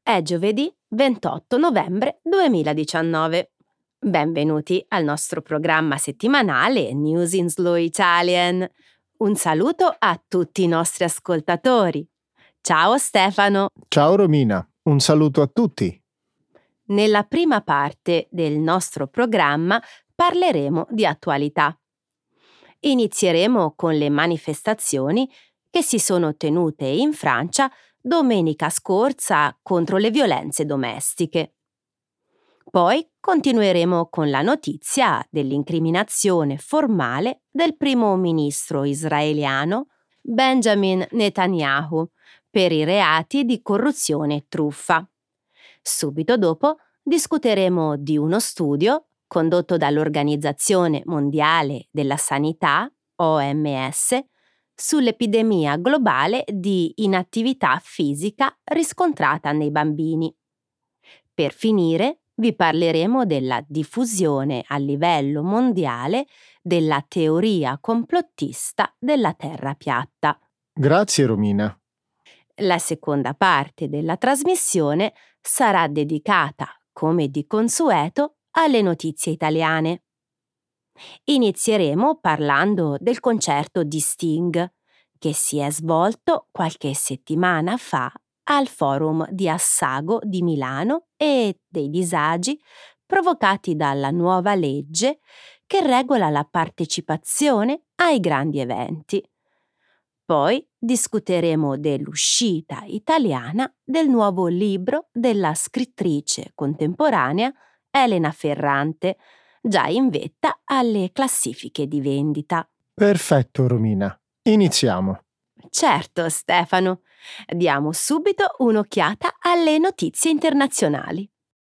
È giovedì 28 novembre 2019. Benvenuti al nostro programma settimanale News in Slow Italian. Un saluto a tutti i nostri ascoltatori. Ciao Stefano! Ciao Romina, un saluto a tutti. Nella prima parte del nostro programma parleremo di attualità. Inizieremo con le manifestazioni che si sono tenute in Francia domenica scorsa contro le violenze domestiche. Poi continueremo con la notizia dell'incriminazione formale del primo ministro israeliano Benjamin Netanyahu per i reati di corruzione e truffa. Subito dopo discuteremo di uno studio condotto dall'Organizzazione Mondiale della Sanità, OMS, sull'epidemia globale di inattività fisica riscontrata nei bambini. Per finire, vi parleremo della diffusione a livello mondiale della teoria complottista della Terra piatta. Grazie Romina. La seconda parte della trasmissione sarà dedicata, come di consueto, alle notizie italiane. Inizieremo parlando del concerto di Sting, che si è svolto qualche settimana fa al Forum di Assago di Milano e dei disagi provocati dalla nuova legge che regola la partecipazione ai grandi eventi. Poi discuteremo dell'uscita italiana del nuovo libro della scrittrice contemporanea Elena Ferrante, già in vetta alle classifiche di vendita. Perfetto Romina, iniziamo. Certo, Stefano. Diamo subito un'occhiata alle notizie internazionali.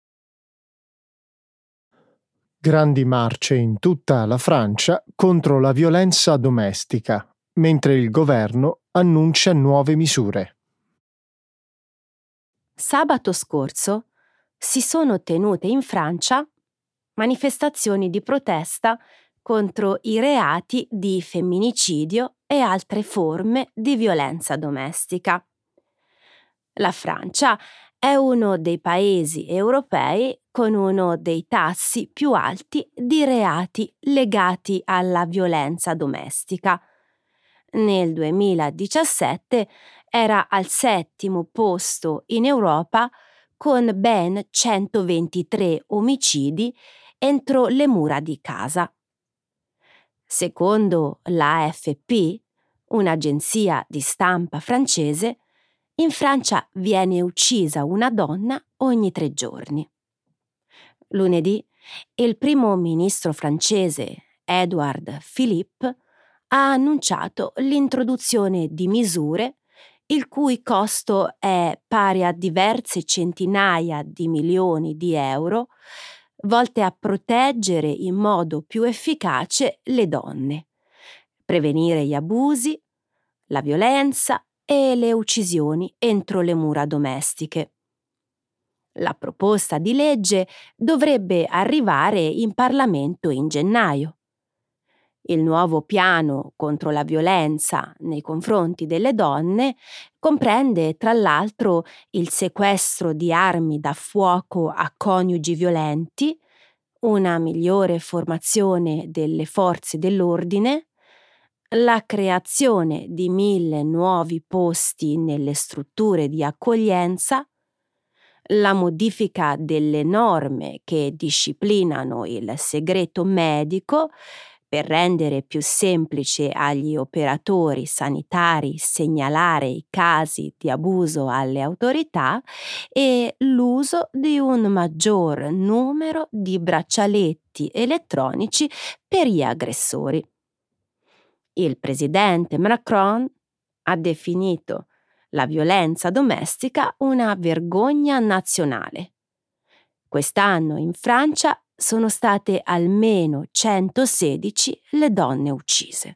Grandi marce in tutta la Francia contro la violenza domestica, mentre il governo annuncia nuove misure. Sabato scorso si sono tenute in Francia manifestazioni di protesta contro i reati di femminicidio e altre forme di violenza domestica. La Francia è uno dei paesi europei con uno dei tassi più alti di reati legati alla violenza domestica. Nel 2017 era al 7° posto in Europa con ben 123 omicidi entro le mura di casa. Secondo l'AFP, un'agenzia di stampa francese, in Francia viene uccisa una donna ogni 3 giorni. Lunedì, il primo ministro francese Édouard Philippe ha annunciato l'introduzione di misure il cui costo è pari a diverse centinaia di milioni di euro, volte a proteggere in modo più efficace le donne, prevenire gli abusi, la violenza e le uccisioni entro le mura domestiche. La proposta di legge dovrebbe arrivare in Parlamento in gennaio. Il nuovo piano contro la violenza nei confronti delle donne comprende, tra l'altro, il sequestro di armi da fuoco a coniugi violenti, una migliore formazione delle forze dell'ordine, la creazione di 1.000 nuovi posti nelle strutture di accoglienza, la modifica delle norme che disciplinano il segreto medico per rendere più semplice agli operatori sanitari segnalare i casi di abuso alle autorità e l'uso di un maggior numero di braccialetti elettronici per gli aggressori. Il presidente Macron ha definito la violenza domestica una vergogna nazionale. Quest'anno in Francia sono state almeno 116 le donne uccise.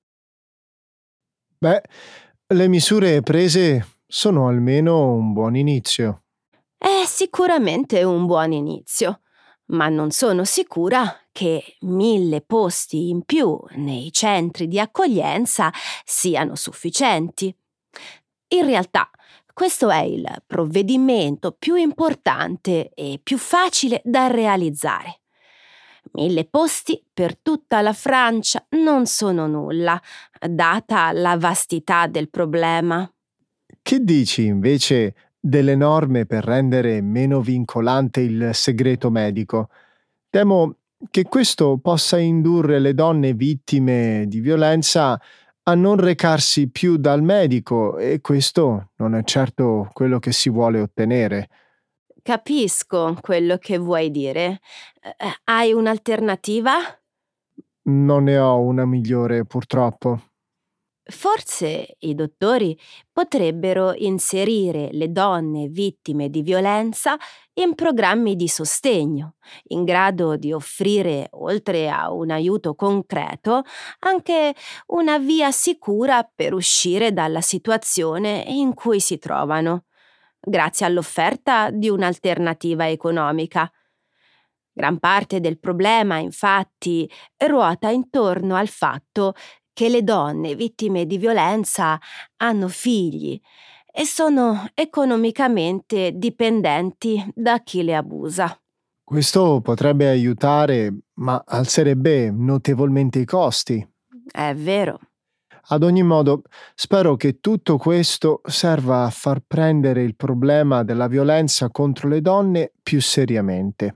Le misure prese sono almeno un buon inizio. È sicuramente un buon inizio, ma non sono sicura che 1.000 posti in più nei centri di accoglienza siano sufficienti. In realtà, Questo è il provvedimento più importante e più facile da realizzare. 1000 posti per tutta la Francia non sono nulla, data la vastità del problema. Che dici invece delle norme per rendere meno vincolante il segreto medico? Temo che questo possa indurre le donne vittime di violenza a non recarsi più dal medico e questo non è certo quello che si vuole ottenere. Capisco quello che vuoi dire. Hai un'alternativa? Non ne ho una migliore, purtroppo. Forse i dottori potrebbero inserire le donne vittime di violenza in programmi di sostegno, in grado di offrire, oltre a un aiuto concreto, anche una via sicura per uscire dalla situazione in cui si trovano, grazie all'offerta di un'alternativa economica. Gran parte del problema, infatti, ruota intorno al fatto che le donne vittime di violenza hanno figli e sono economicamente dipendenti da chi le abusa. Questo potrebbe aiutare, ma alzerebbe notevolmente i costi. È vero. Ad ogni modo, spero che tutto questo serva a far prendere il problema della violenza contro le donne più seriamente.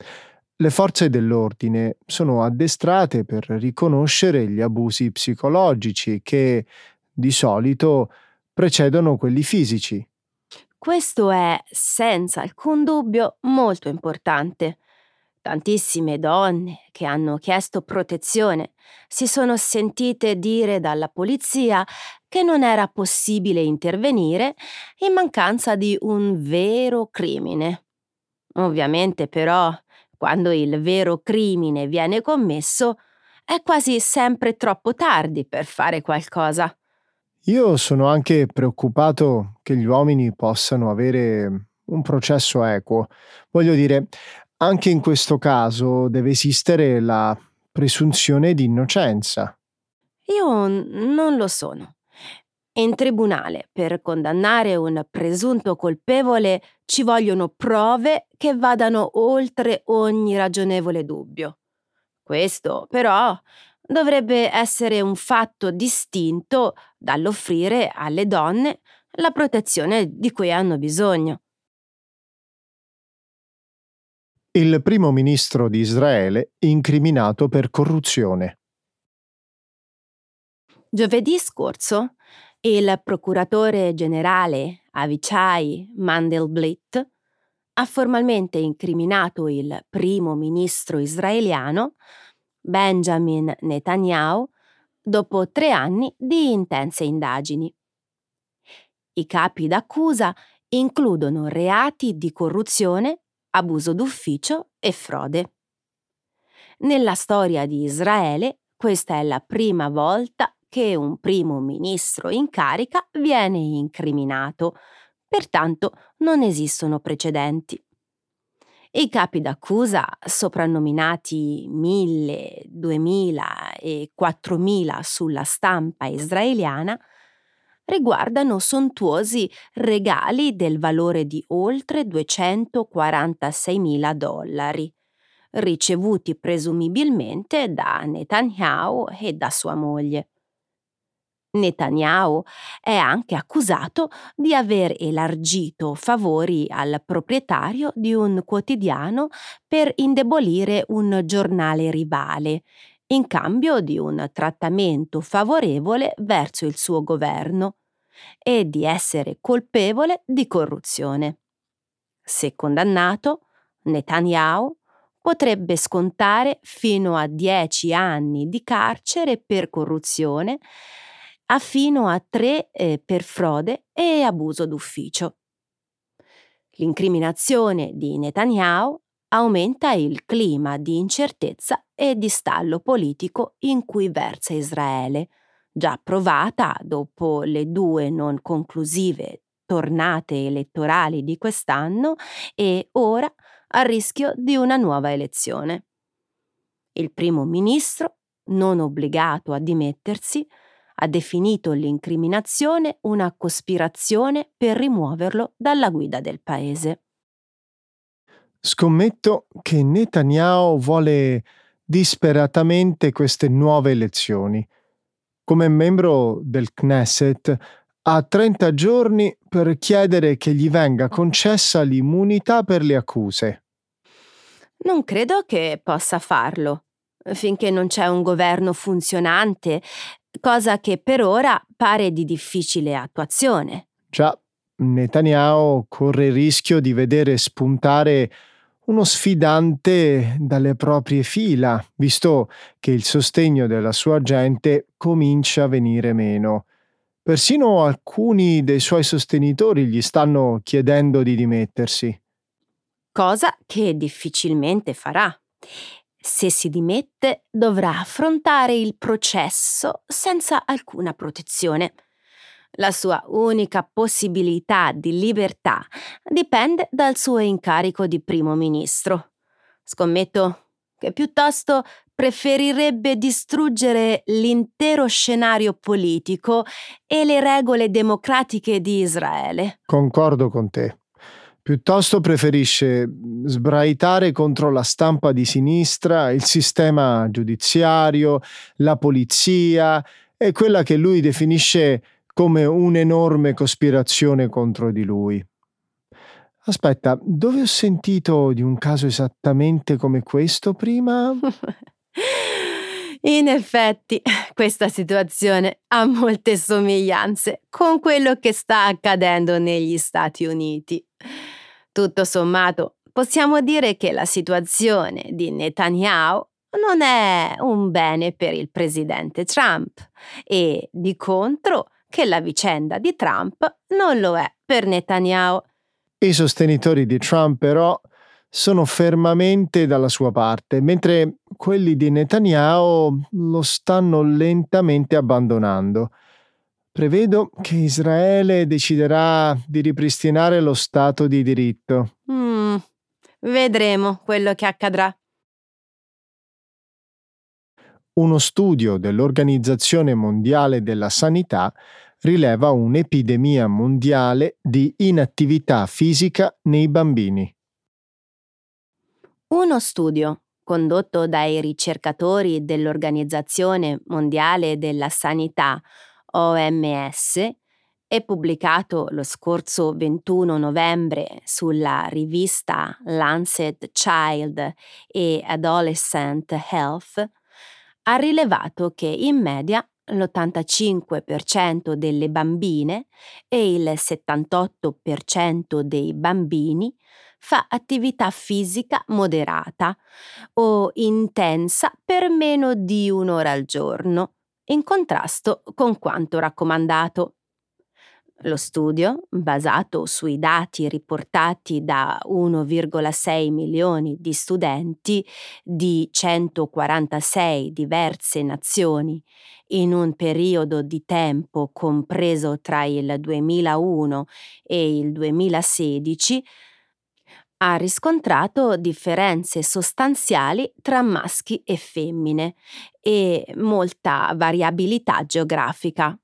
Le forze dell'ordine sono addestrate per riconoscere gli abusi psicologici che, di solito, precedono quelli fisici. Questo è, senza alcun dubbio, molto importante. Tantissime donne che hanno chiesto protezione si sono sentite dire dalla polizia che non era possibile intervenire in mancanza di un vero crimine. Ovviamente, però, quando il vero crimine viene commesso, è quasi sempre troppo tardi per fare qualcosa. Io sono anche preoccupato che gli uomini possano avere un processo equo. Voglio dire, anche in questo caso deve esistere la presunzione di innocenza. Io non lo sono. In tribunale, per condannare un presunto colpevole, ci vogliono prove che vadano oltre ogni ragionevole dubbio. Questo, però, dovrebbe essere un fatto distinto dall'offrire alle donne la protezione di cui hanno bisogno. Il primo ministro di Israele incriminato per corruzione. Giovedì scorso, il procuratore generale Avichai Mandelblit ha formalmente incriminato il primo ministro israeliano, Benjamin Netanyahu, dopo 3 anni di intense indagini. I capi d'accusa includono reati di corruzione, abuso d'ufficio e frode. Nella storia di Israele, questa è la prima volta che un primo ministro in carica viene incriminato, pertanto non esistono precedenti. I capi d'accusa, soprannominati 1000, 2000 e 4000 sulla stampa israeliana, riguardano sontuosi regali del valore di oltre 246.000 dollari, ricevuti presumibilmente da Netanyahu e da sua moglie. Netanyahu è anche accusato di aver elargito favori al proprietario di un quotidiano per indebolire un giornale rivale, in cambio di un trattamento favorevole verso il suo governo, e di essere colpevole di corruzione. Se condannato, Netanyahu potrebbe scontare fino a 10 anni di carcere per corruzione, a fino a 3 per frode e abuso d'ufficio. L'incriminazione di Netanyahu aumenta il clima di incertezza e di stallo politico in cui versa Israele, già provata dopo le 2 non conclusive tornate elettorali di quest'anno e ora a rischio di una nuova elezione. Il primo ministro, non obbligato a dimettersi, ha definito l'incriminazione una cospirazione per rimuoverlo dalla guida del paese. Scommetto che Netanyahu vuole disperatamente queste nuove elezioni. Come membro del Knesset ha 30 giorni per chiedere che gli venga concessa l'immunità per le accuse. Non credo che possa farlo, finché non c'è un governo funzionante, cosa che per ora pare di difficile attuazione. Già, Netanyahu corre il rischio di vedere spuntare uno sfidante dalle proprie fila, visto che il sostegno della sua gente comincia a venire meno. Persino alcuni dei suoi sostenitori gli stanno chiedendo di dimettersi. Cosa che difficilmente farà. Se si dimette, dovrà affrontare il processo senza alcuna protezione. La sua unica possibilità di libertà dipende dal suo incarico di primo ministro. Scommetto che piuttosto preferirebbe distruggere l'intero scenario politico e le regole democratiche di Israele. Concordo con te. Piuttosto preferisce sbraitare contro la stampa di sinistra, il sistema giudiziario, la polizia e quella che lui definisce come un'enorme cospirazione contro di lui. Aspetta, dove ho sentito di un caso esattamente come questo prima? In effetti, questa situazione ha molte somiglianze con quello che sta accadendo negli Stati Uniti. Tutto sommato, possiamo dire che la situazione di Netanyahu non è un bene per il presidente Trump e, di contro, che la vicenda di Trump non lo è per Netanyahu. I sostenitori di Trump però sono fermamente dalla sua parte, mentre quelli di Netanyahu lo stanno lentamente abbandonando. Prevedo che Israele deciderà di ripristinare lo Stato di diritto. Vedremo quello che accadrà. Uno studio dell'Organizzazione Mondiale della Sanità rileva un'epidemia mondiale di inattività fisica nei bambini. Uno studio condotto dai ricercatori dell'Organizzazione Mondiale della Sanità, OMS, e pubblicato lo scorso 21 novembre sulla rivista Lancet Child e Adolescent Health, ha rilevato che in media l'85% delle bambine e il 78% dei bambini fa attività fisica moderata o intensa per meno di un'ora al giorno, in contrasto con quanto raccomandato. Lo studio, basato sui dati riportati da 1,6 milioni di studenti di 146 diverse nazioni in un periodo di tempo compreso tra il 2001 e il 2016, ha riscontrato differenze sostanziali tra maschi e femmine e molta variabilità geografica.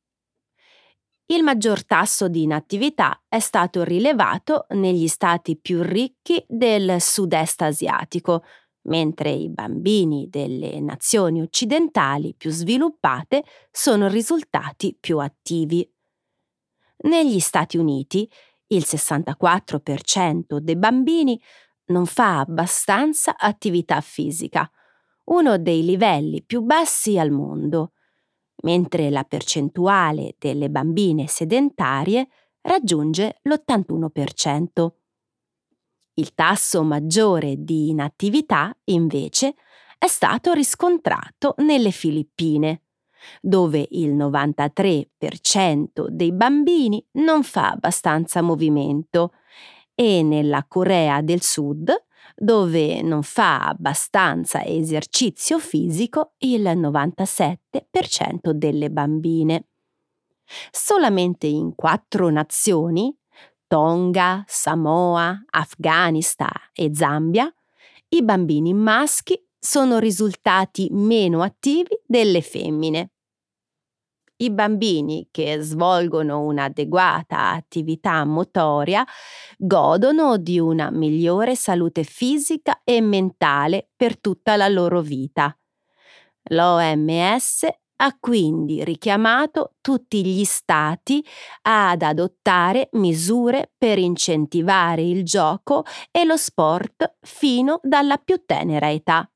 Il maggior tasso di inattività è stato rilevato negli stati più ricchi del sud-est asiatico, mentre i bambini delle nazioni occidentali più sviluppate sono risultati più attivi. Negli Stati Uniti, il 64% dei bambini non fa abbastanza attività fisica, uno dei livelli più bassi al mondo, mentre la percentuale delle bambine sedentarie raggiunge l'81%. Il tasso maggiore di inattività, invece, è stato riscontrato nelle Filippine, dove il 93% dei bambini non fa abbastanza movimento, e nella Corea del Sud, dove non fa abbastanza esercizio fisico il 97% delle bambine. Solamente in 4 nazioni, Tonga, Samoa, Afghanistan e Zambia, i bambini maschi sono risultati meno attivi delle femmine. I bambini che svolgono un'adeguata attività motoria godono di una migliore salute fisica e mentale per tutta la loro vita. L'OMS ha quindi richiamato tutti gli stati ad adottare misure per incentivare il gioco e lo sport fino dalla più tenera età.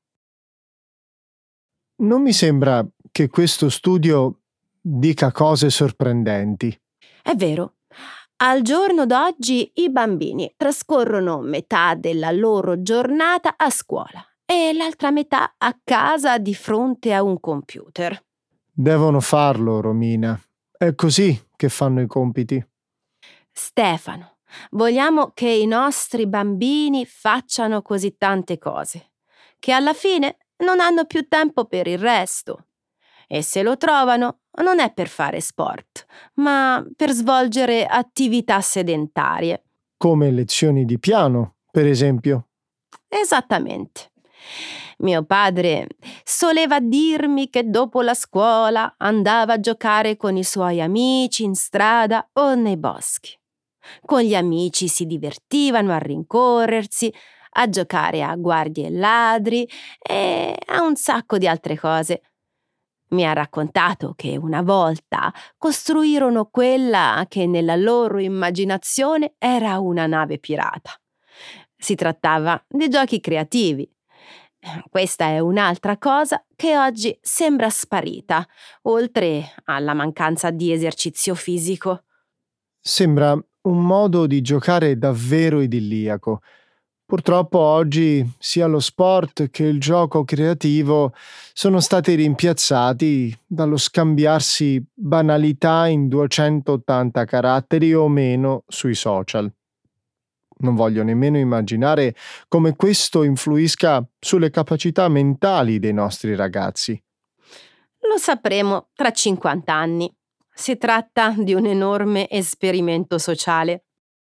Non mi sembra che questo studio dica cose sorprendenti. È vero, al giorno d'oggi i bambini trascorrono metà della loro giornata a scuola e l'altra metà a casa di fronte a un computer. Devono farlo, Romina. È così che fanno i compiti. Stefano, vogliamo che i nostri bambini facciano così tante cose, che alla fine non hanno più tempo per il resto. E se lo trovano, non è per fare sport, ma per svolgere attività sedentarie. Come lezioni di piano, per esempio. Esattamente. Mio padre soleva dirmi che dopo la scuola andava a giocare con i suoi amici in strada o nei boschi. Con gli amici si divertivano a rincorrersi, a giocare a guardie e ladri e a un sacco di altre cose. Mi ha raccontato che una volta costruirono quella che nella loro immaginazione era una nave pirata. Si trattava di giochi creativi. Questa è un'altra cosa che oggi sembra sparita, oltre alla mancanza di esercizio fisico. Sembra un modo di giocare davvero idilliaco. Purtroppo oggi sia lo sport che il gioco creativo sono stati rimpiazzati dallo scambiarsi banalità in 280 caratteri o meno sui social. Non voglio nemmeno immaginare come questo influisca sulle capacità mentali dei nostri ragazzi. Lo sapremo tra 50 anni. Si tratta di un enorme esperimento sociale.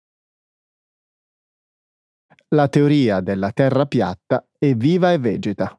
La teoria della terra piatta è viva e vegeta.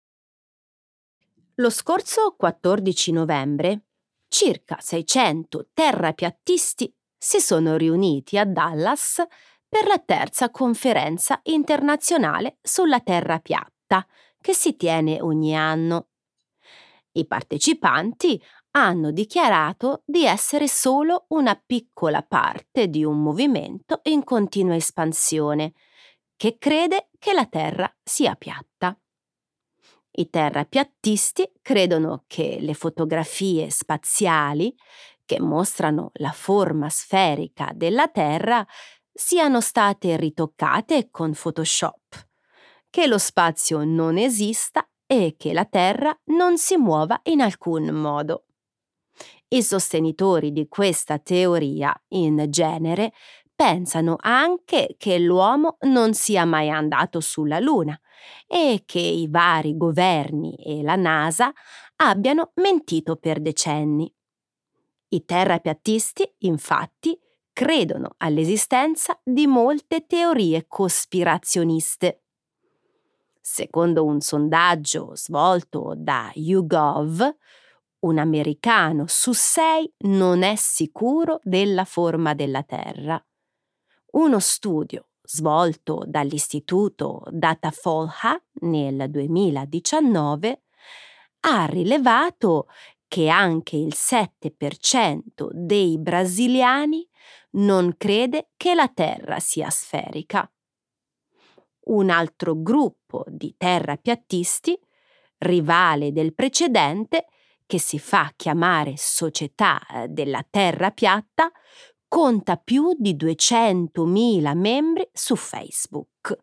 Lo scorso 14 novembre, circa 600 terrapiattisti si sono riuniti a Dallas per la terza conferenza internazionale sulla terra piatta, che si tiene ogni anno. I partecipanti hanno dichiarato di essere solo una piccola parte di un movimento in continua espansione, che crede che la Terra sia piatta. I terrapiattisti credono che le fotografie spaziali, che mostrano la forma sferica della Terra, siano state ritoccate con Photoshop, che lo spazio non esista e che la Terra non si muova in alcun modo. I sostenitori di questa teoria, in genere, pensano anche che l'uomo non sia mai andato sulla Luna e che i vari governi e la NASA abbiano mentito per decenni. I terrapiattisti, infatti, credono all'esistenza di molte teorie cospirazioniste. Secondo un sondaggio svolto da YouGov, un americano su 6 non è sicuro della forma della Terra. Uno studio svolto dall'istituto Datafolha nel 2019 ha rilevato che anche il 7% dei brasiliani non crede che la Terra sia sferica. Un altro gruppo di terrapiattisti, rivale del precedente, che si fa chiamare Società della Terra Piatta, conta più di 200.000 membri su Facebook.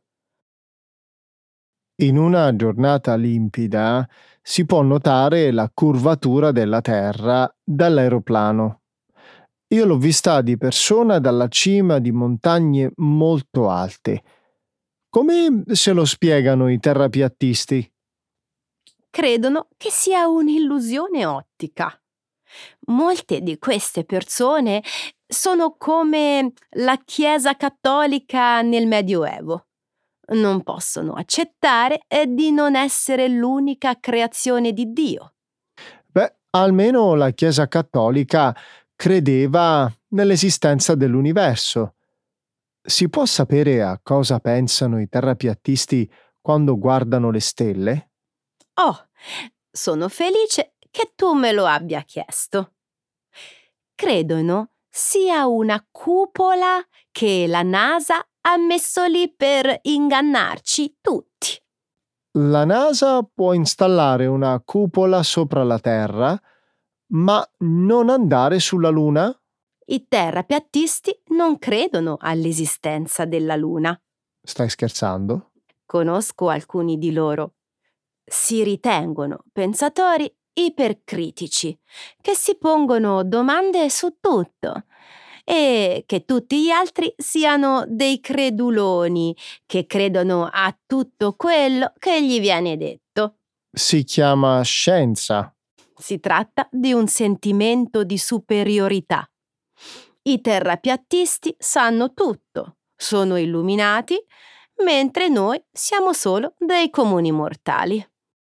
In una giornata limpida si può notare la curvatura della Terra dall'aeroplano. Io l'ho vista di persona dalla cima di montagne molto alte. Come se lo spiegano i terrapiattisti? Credono che sia un'illusione ottica. Molte di queste persone sono come la Chiesa cattolica nel Medioevo. Non possono accettare di non essere l'unica creazione di Dio. Beh, Almeno la Chiesa cattolica credeva nell'esistenza dell'universo. Si può sapere a cosa pensano i terrapiattisti quando guardano le stelle? Oh, sono felice che tu me lo abbia chiesto. Credono sia una cupola che la NASA ha messo lì per ingannarci tutti. La NASA può installare una cupola sopra la Terra, ma non andare sulla Luna? I terrapiattisti non credono all'esistenza della Luna. Stai scherzando? Conosco alcuni di loro. Si ritengono pensatori ipercritici, che si pongono domande su tutto e che tutti gli altri siano dei creduloni che credono a tutto quello che gli viene detto. Si chiama scienza. Si tratta di un sentimento di superiorità. I terrapiattisti sanno tutto, sono illuminati, mentre noi siamo solo dei comuni mortali.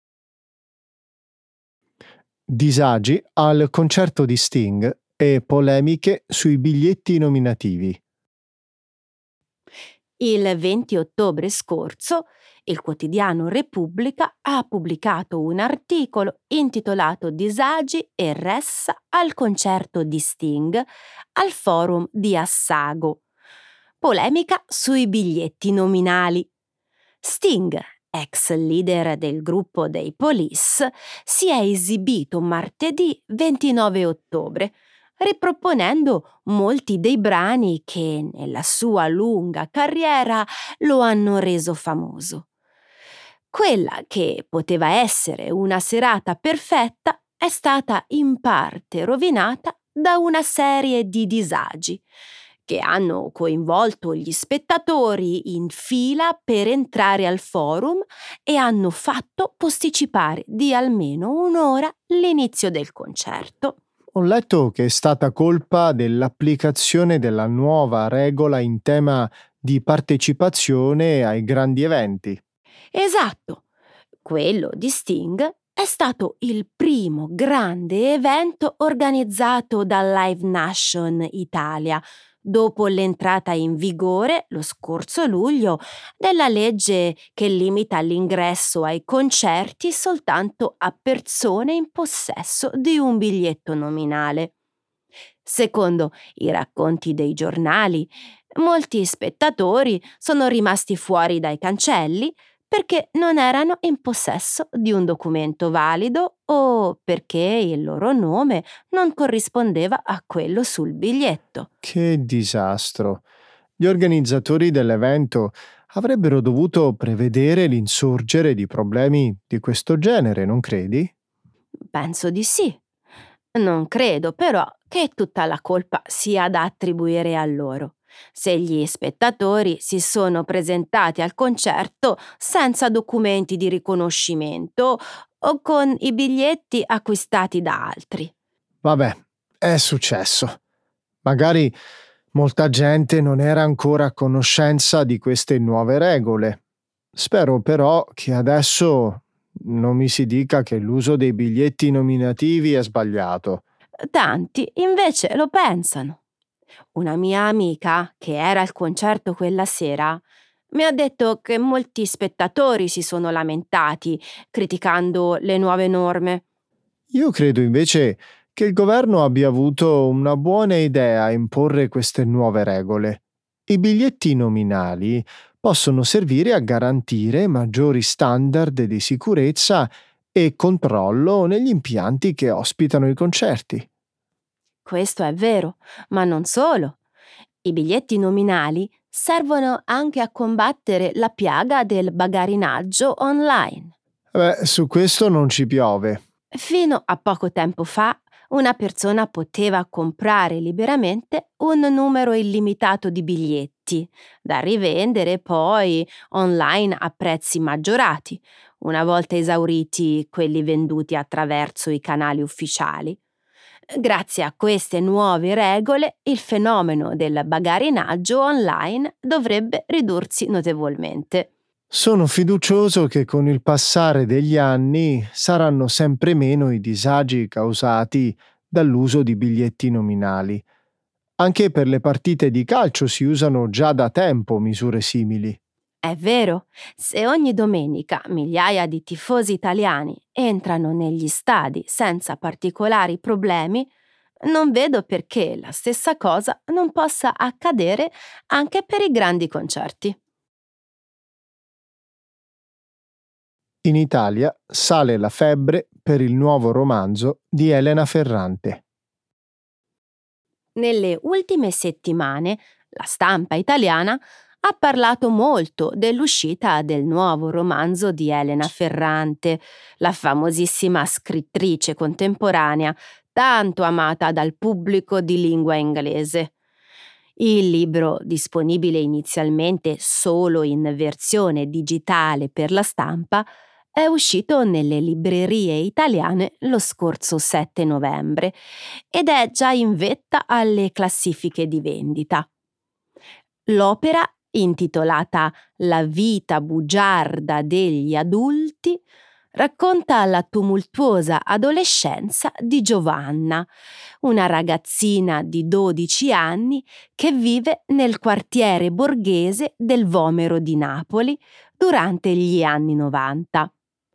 Disagi al concerto di Sting e polemiche sui biglietti nominativi. Il 20 ottobre scorso, il quotidiano Repubblica ha pubblicato un articolo intitolato Disagi e ressa al concerto di Sting al forum di Assago. Polemica sui biglietti nominali. Sting, ex leader del gruppo dei Police, si è esibito martedì 29 ottobre, riproponendo molti dei brani che nella sua lunga carriera lo hanno reso famoso. Quella che poteva essere una serata perfetta è stata in parte rovinata da una serie di disagi che hanno coinvolto gli spettatori in fila per entrare al forum e hanno fatto posticipare di almeno un'ora l'inizio del concerto. Ho letto che è stata colpa dell'applicazione della nuova regola in tema di partecipazione ai grandi eventi. Esatto, quello di Sting è stato il primo grande evento organizzato da Live Nation Italia, dopo l'entrata in vigore, lo scorso luglio, della legge che limita l'ingresso ai concerti soltanto a persone in possesso di un biglietto nominale. Secondo i racconti dei giornali, molti spettatori sono rimasti fuori dai cancelli perché non erano in possesso di un documento valido o perché il loro nome non corrispondeva a quello sul biglietto. Che disastro! Gli organizzatori dell'evento avrebbero dovuto prevedere l'insorgere di problemi di questo genere, non credi? Penso di sì. Non credo però che tutta la colpa sia da attribuire a loro. Se gli spettatori si sono presentati al concerto senza documenti di riconoscimento o con i biglietti acquistati da altri. Vabbè, è successo. Magari molta gente non era ancora a conoscenza di queste nuove regole. Spero però che adesso non mi si dica che l'uso dei biglietti nominativi è sbagliato. Tanti invece lo pensano. Una mia amica, che era al concerto quella sera, mi ha detto che molti spettatori si sono lamentati, criticando le nuove norme. Io credo invece che il governo abbia avuto una buona idea a imporre queste nuove regole. I biglietti nominali possono servire a garantire maggiori standard di sicurezza e controllo negli impianti che ospitano i concerti. Questo è vero, ma non solo. I biglietti nominali servono anche a combattere la piaga del bagarinaggio online. Beh, su questo non ci piove. Fino a poco tempo fa, una persona poteva comprare liberamente un numero illimitato di biglietti, da rivendere poi online a prezzi maggiorati, una volta esauriti quelli venduti attraverso i canali ufficiali. Grazie a queste nuove regole, il fenomeno del bagarinaggio online dovrebbe ridursi notevolmente. Sono fiducioso che con il passare degli anni saranno sempre meno i disagi causati dall'uso di biglietti nominali. Anche per le partite di calcio si usano già da tempo misure simili. È vero, se ogni domenica migliaia di tifosi italiani entrano negli stadi senza particolari problemi, non vedo perché la stessa cosa non possa accadere anche per i grandi concerti. In Italia sale la febbre per il nuovo romanzo di Elena Ferrante. Nelle ultime settimane la stampa italiana ha parlato molto dell'uscita del nuovo romanzo di Elena Ferrante, la famosissima scrittrice contemporanea, tanto amata dal pubblico di lingua inglese. Il libro, disponibile inizialmente solo in versione digitale per la stampa, è uscito nelle librerie italiane lo scorso 7 novembre ed è già in vetta alle classifiche di vendita. L'opera, intitolata La vita bugiarda degli adulti, racconta la tumultuosa adolescenza di Giovanna, una ragazzina di 12 anni che vive nel quartiere borghese del Vomero di Napoli durante gli anni 90.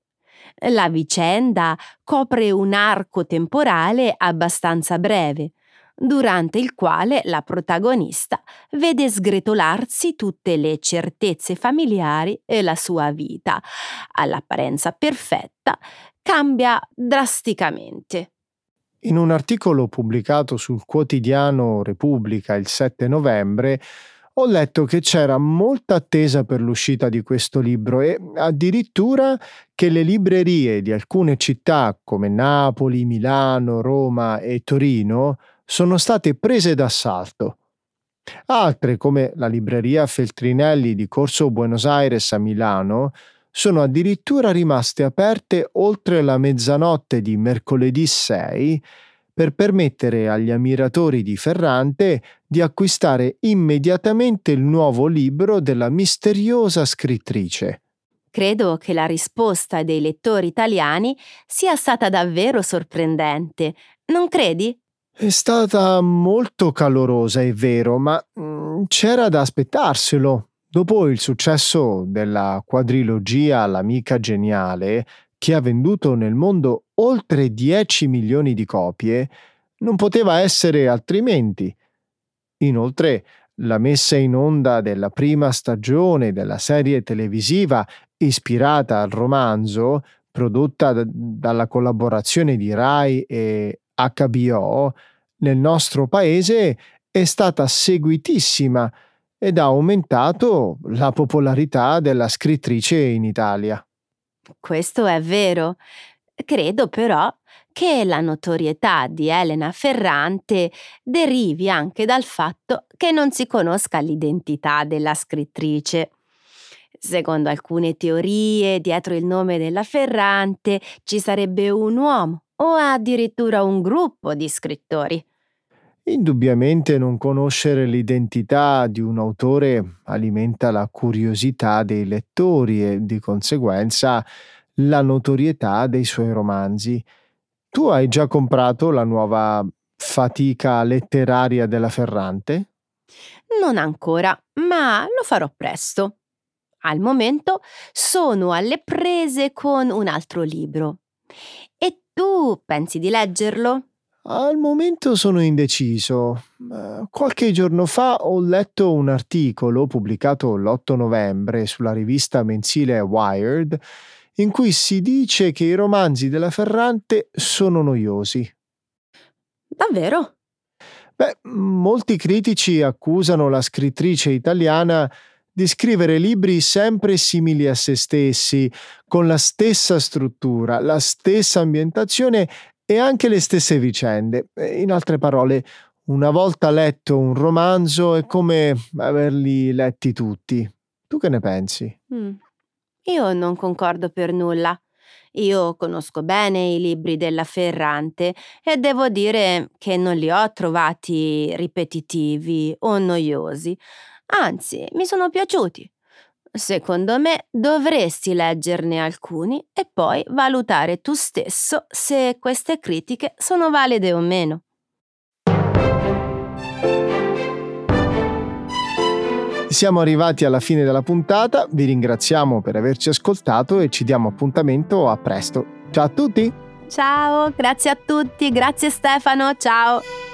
La vicenda copre un arco temporale abbastanza breve, durante il quale la protagonista vede sgretolarsi tutte le certezze familiari e la sua vita, all'apparenza perfetta, cambia drasticamente. In un articolo pubblicato sul quotidiano Repubblica il 7 novembre ho letto che c'era molta attesa per l'uscita di questo libro e addirittura che le librerie di alcune città come Napoli, Milano, Roma e Torino sono state prese d'assalto. Altre, come la libreria Feltrinelli di Corso Buenos Aires a Milano, sono addirittura rimaste aperte oltre la mezzanotte di mercoledì 6 per permettere agli ammiratori di Ferrante di acquistare immediatamente il nuovo libro della misteriosa scrittrice. Credo che la risposta dei lettori italiani sia stata davvero sorprendente, non credi? È stata molto calorosa, è vero, ma c'era da aspettarselo. Dopo il successo della quadrilogia L'amica geniale, che ha venduto nel mondo oltre 10 milioni di copie, non poteva essere altrimenti. Inoltre, la messa in onda della prima stagione della serie televisiva ispirata al romanzo, prodotta dalla collaborazione di Rai e HBO, nel nostro paese è stata seguitissima ed ha aumentato la popolarità della scrittrice in Italia. Questo è vero. Credo però che la notorietà di Elena Ferrante derivi anche dal fatto che non si conosca l'identità della scrittrice. Secondo alcune teorie, dietro il nome della Ferrante ci sarebbe un uomo o addirittura un gruppo di scrittori. Indubbiamente non conoscere l'identità di un autore alimenta la curiosità dei lettori e di conseguenza la notorietà dei suoi romanzi. Tu hai già comprato la nuova fatica letteraria della Ferrante? Non ancora, ma lo farò presto. Al momento sono alle prese con un altro libro. E tu pensi di leggerlo? Al momento sono indeciso. Qualche giorno fa ho letto un articolo pubblicato l'8 novembre sulla rivista mensile Wired in cui si dice che i romanzi della Ferrante sono noiosi. Davvero? Beh, molti critici accusano la scrittrice italiana di scrivere libri sempre simili a se stessi, con la stessa struttura, la stessa ambientazione e anche le stesse vicende. In altre parole, una volta letto un romanzo è come averli letti tutti. Tu che ne pensi? Mm. Io non concordo per nulla. Io conosco bene i libri della Ferrante e devo dire che non li ho trovati ripetitivi o noiosi. Anzi, mi sono piaciuti. Secondo me dovresti leggerne alcuni e poi valutare tu stesso se queste critiche sono valide o meno. Siamo arrivati alla fine della puntata, vi ringraziamo per averci ascoltato e ci diamo appuntamento a presto. Ciao a tutti! Ciao, grazie a tutti, grazie Stefano, ciao!